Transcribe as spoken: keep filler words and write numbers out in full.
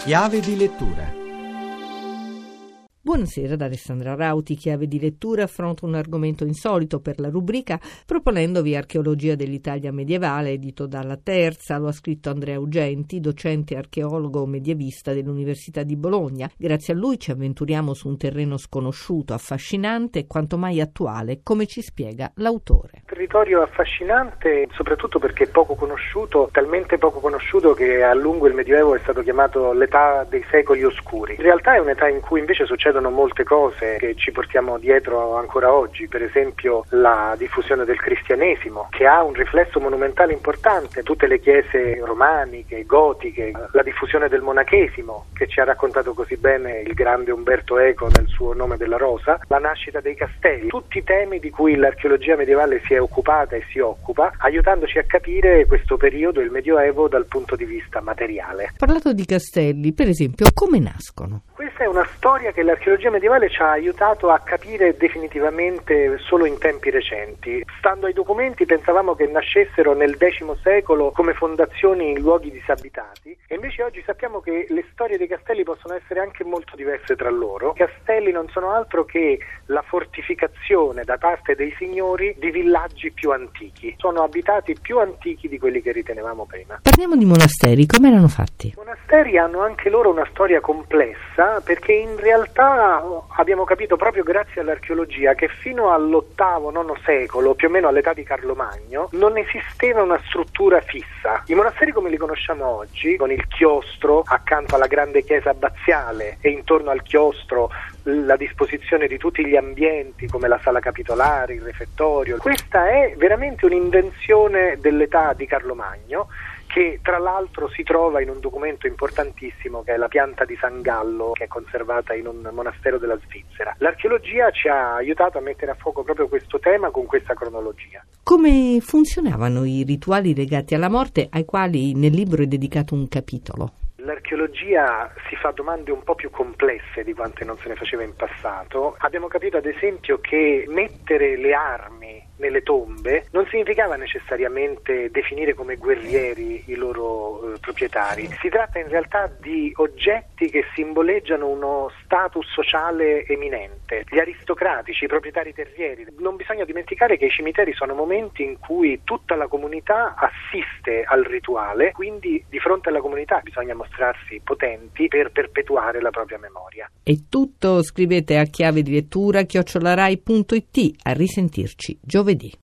Chiave di lettura. Buonasera da Alessandra Rauti. Chiave di lettura affronta un argomento insolito per la rubrica proponendovi Archeologia dell'Italia medievale, edito dalla Terza. Lo ha scritto Andrea Ugenti, docente archeologo medievista dell'Università di Bologna. Grazie a lui ci avventuriamo su un terreno sconosciuto, affascinante e quanto mai attuale, come ci spiega l'autore. Territorio affascinante soprattutto perché è poco conosciuto, talmente poco conosciuto che a lungo il Medioevo è stato chiamato l'età dei secoli oscuri. In realtà è un'età in cui invece succedono molte cose che ci portiamo dietro ancora oggi, per esempio la diffusione del cristianesimo, che ha un riflesso monumentale importante, tutte le chiese romaniche, gotiche, la diffusione del monachesimo che ci ha raccontato così bene il grande Umberto Eco nel suo Nome della Rosa, la nascita dei castelli, tutti temi di cui l'archeologia medievale si è occupata e si occupa, aiutandoci a capire questo periodo, il Medioevo, dal punto di vista materiale. Parlato di castelli, per esempio, come nascono? Questa è una storia che l'archeologia medievale ci ha aiutato a capire definitivamente solo in tempi recenti. Stando ai documenti pensavamo che nascessero nel X secolo come fondazioni in luoghi disabitati e invece oggi sappiamo che le storie dei castelli possono essere anche molto diverse tra loro. I castelli non sono altro che la fortificazione da parte dei signori di villaggi più antichi. Sono abitati più antichi di quelli che ritenevamo prima. Parliamo di monasteri, come erano fatti? I monasteri hanno anche loro una storia complessa, perché in realtà abbiamo capito proprio grazie all'archeologia che fino all'ottavo nono secolo, più o meno all'età di Carlo Magno, non esisteva una struttura fissa. I monasteri come li conosciamo oggi, con il chiostro accanto alla grande chiesa abbaziale e intorno al chiostro la disposizione di tutti gli ambienti come la sala capitolare, il refettorio, questa è veramente un'invenzione dell'età di Carlo Magno, che tra l'altro si trova in un documento importantissimo che è la pianta di San Gallo, che è conservata in un monastero della Svizzera. L'archeologia ci ha aiutato a mettere a fuoco proprio questo tema con questa cronologia. Come funzionavano i rituali legati alla morte ai quali nel libro è dedicato un capitolo? L'archeologia si fa domande un po' più complesse di quante non se ne faceva in passato. Abbiamo capito ad esempio che mettere le armi nelle tombe non significava necessariamente definire come guerrieri i loro eh, proprietari. Si tratta in realtà di oggetti che simboleggiano uno status sociale eminente. Gli aristocratici, i proprietari terrieri. Non bisogna dimenticare che i cimiteri sono momenti in cui tutta la comunità assiste al rituale, quindi di fronte alla comunità bisogna mostrarsi potenti per perpetuare la propria memoria. È tutto, scrivete a chiave di lettura chiocciola rai punto it. A risentirci giovedì.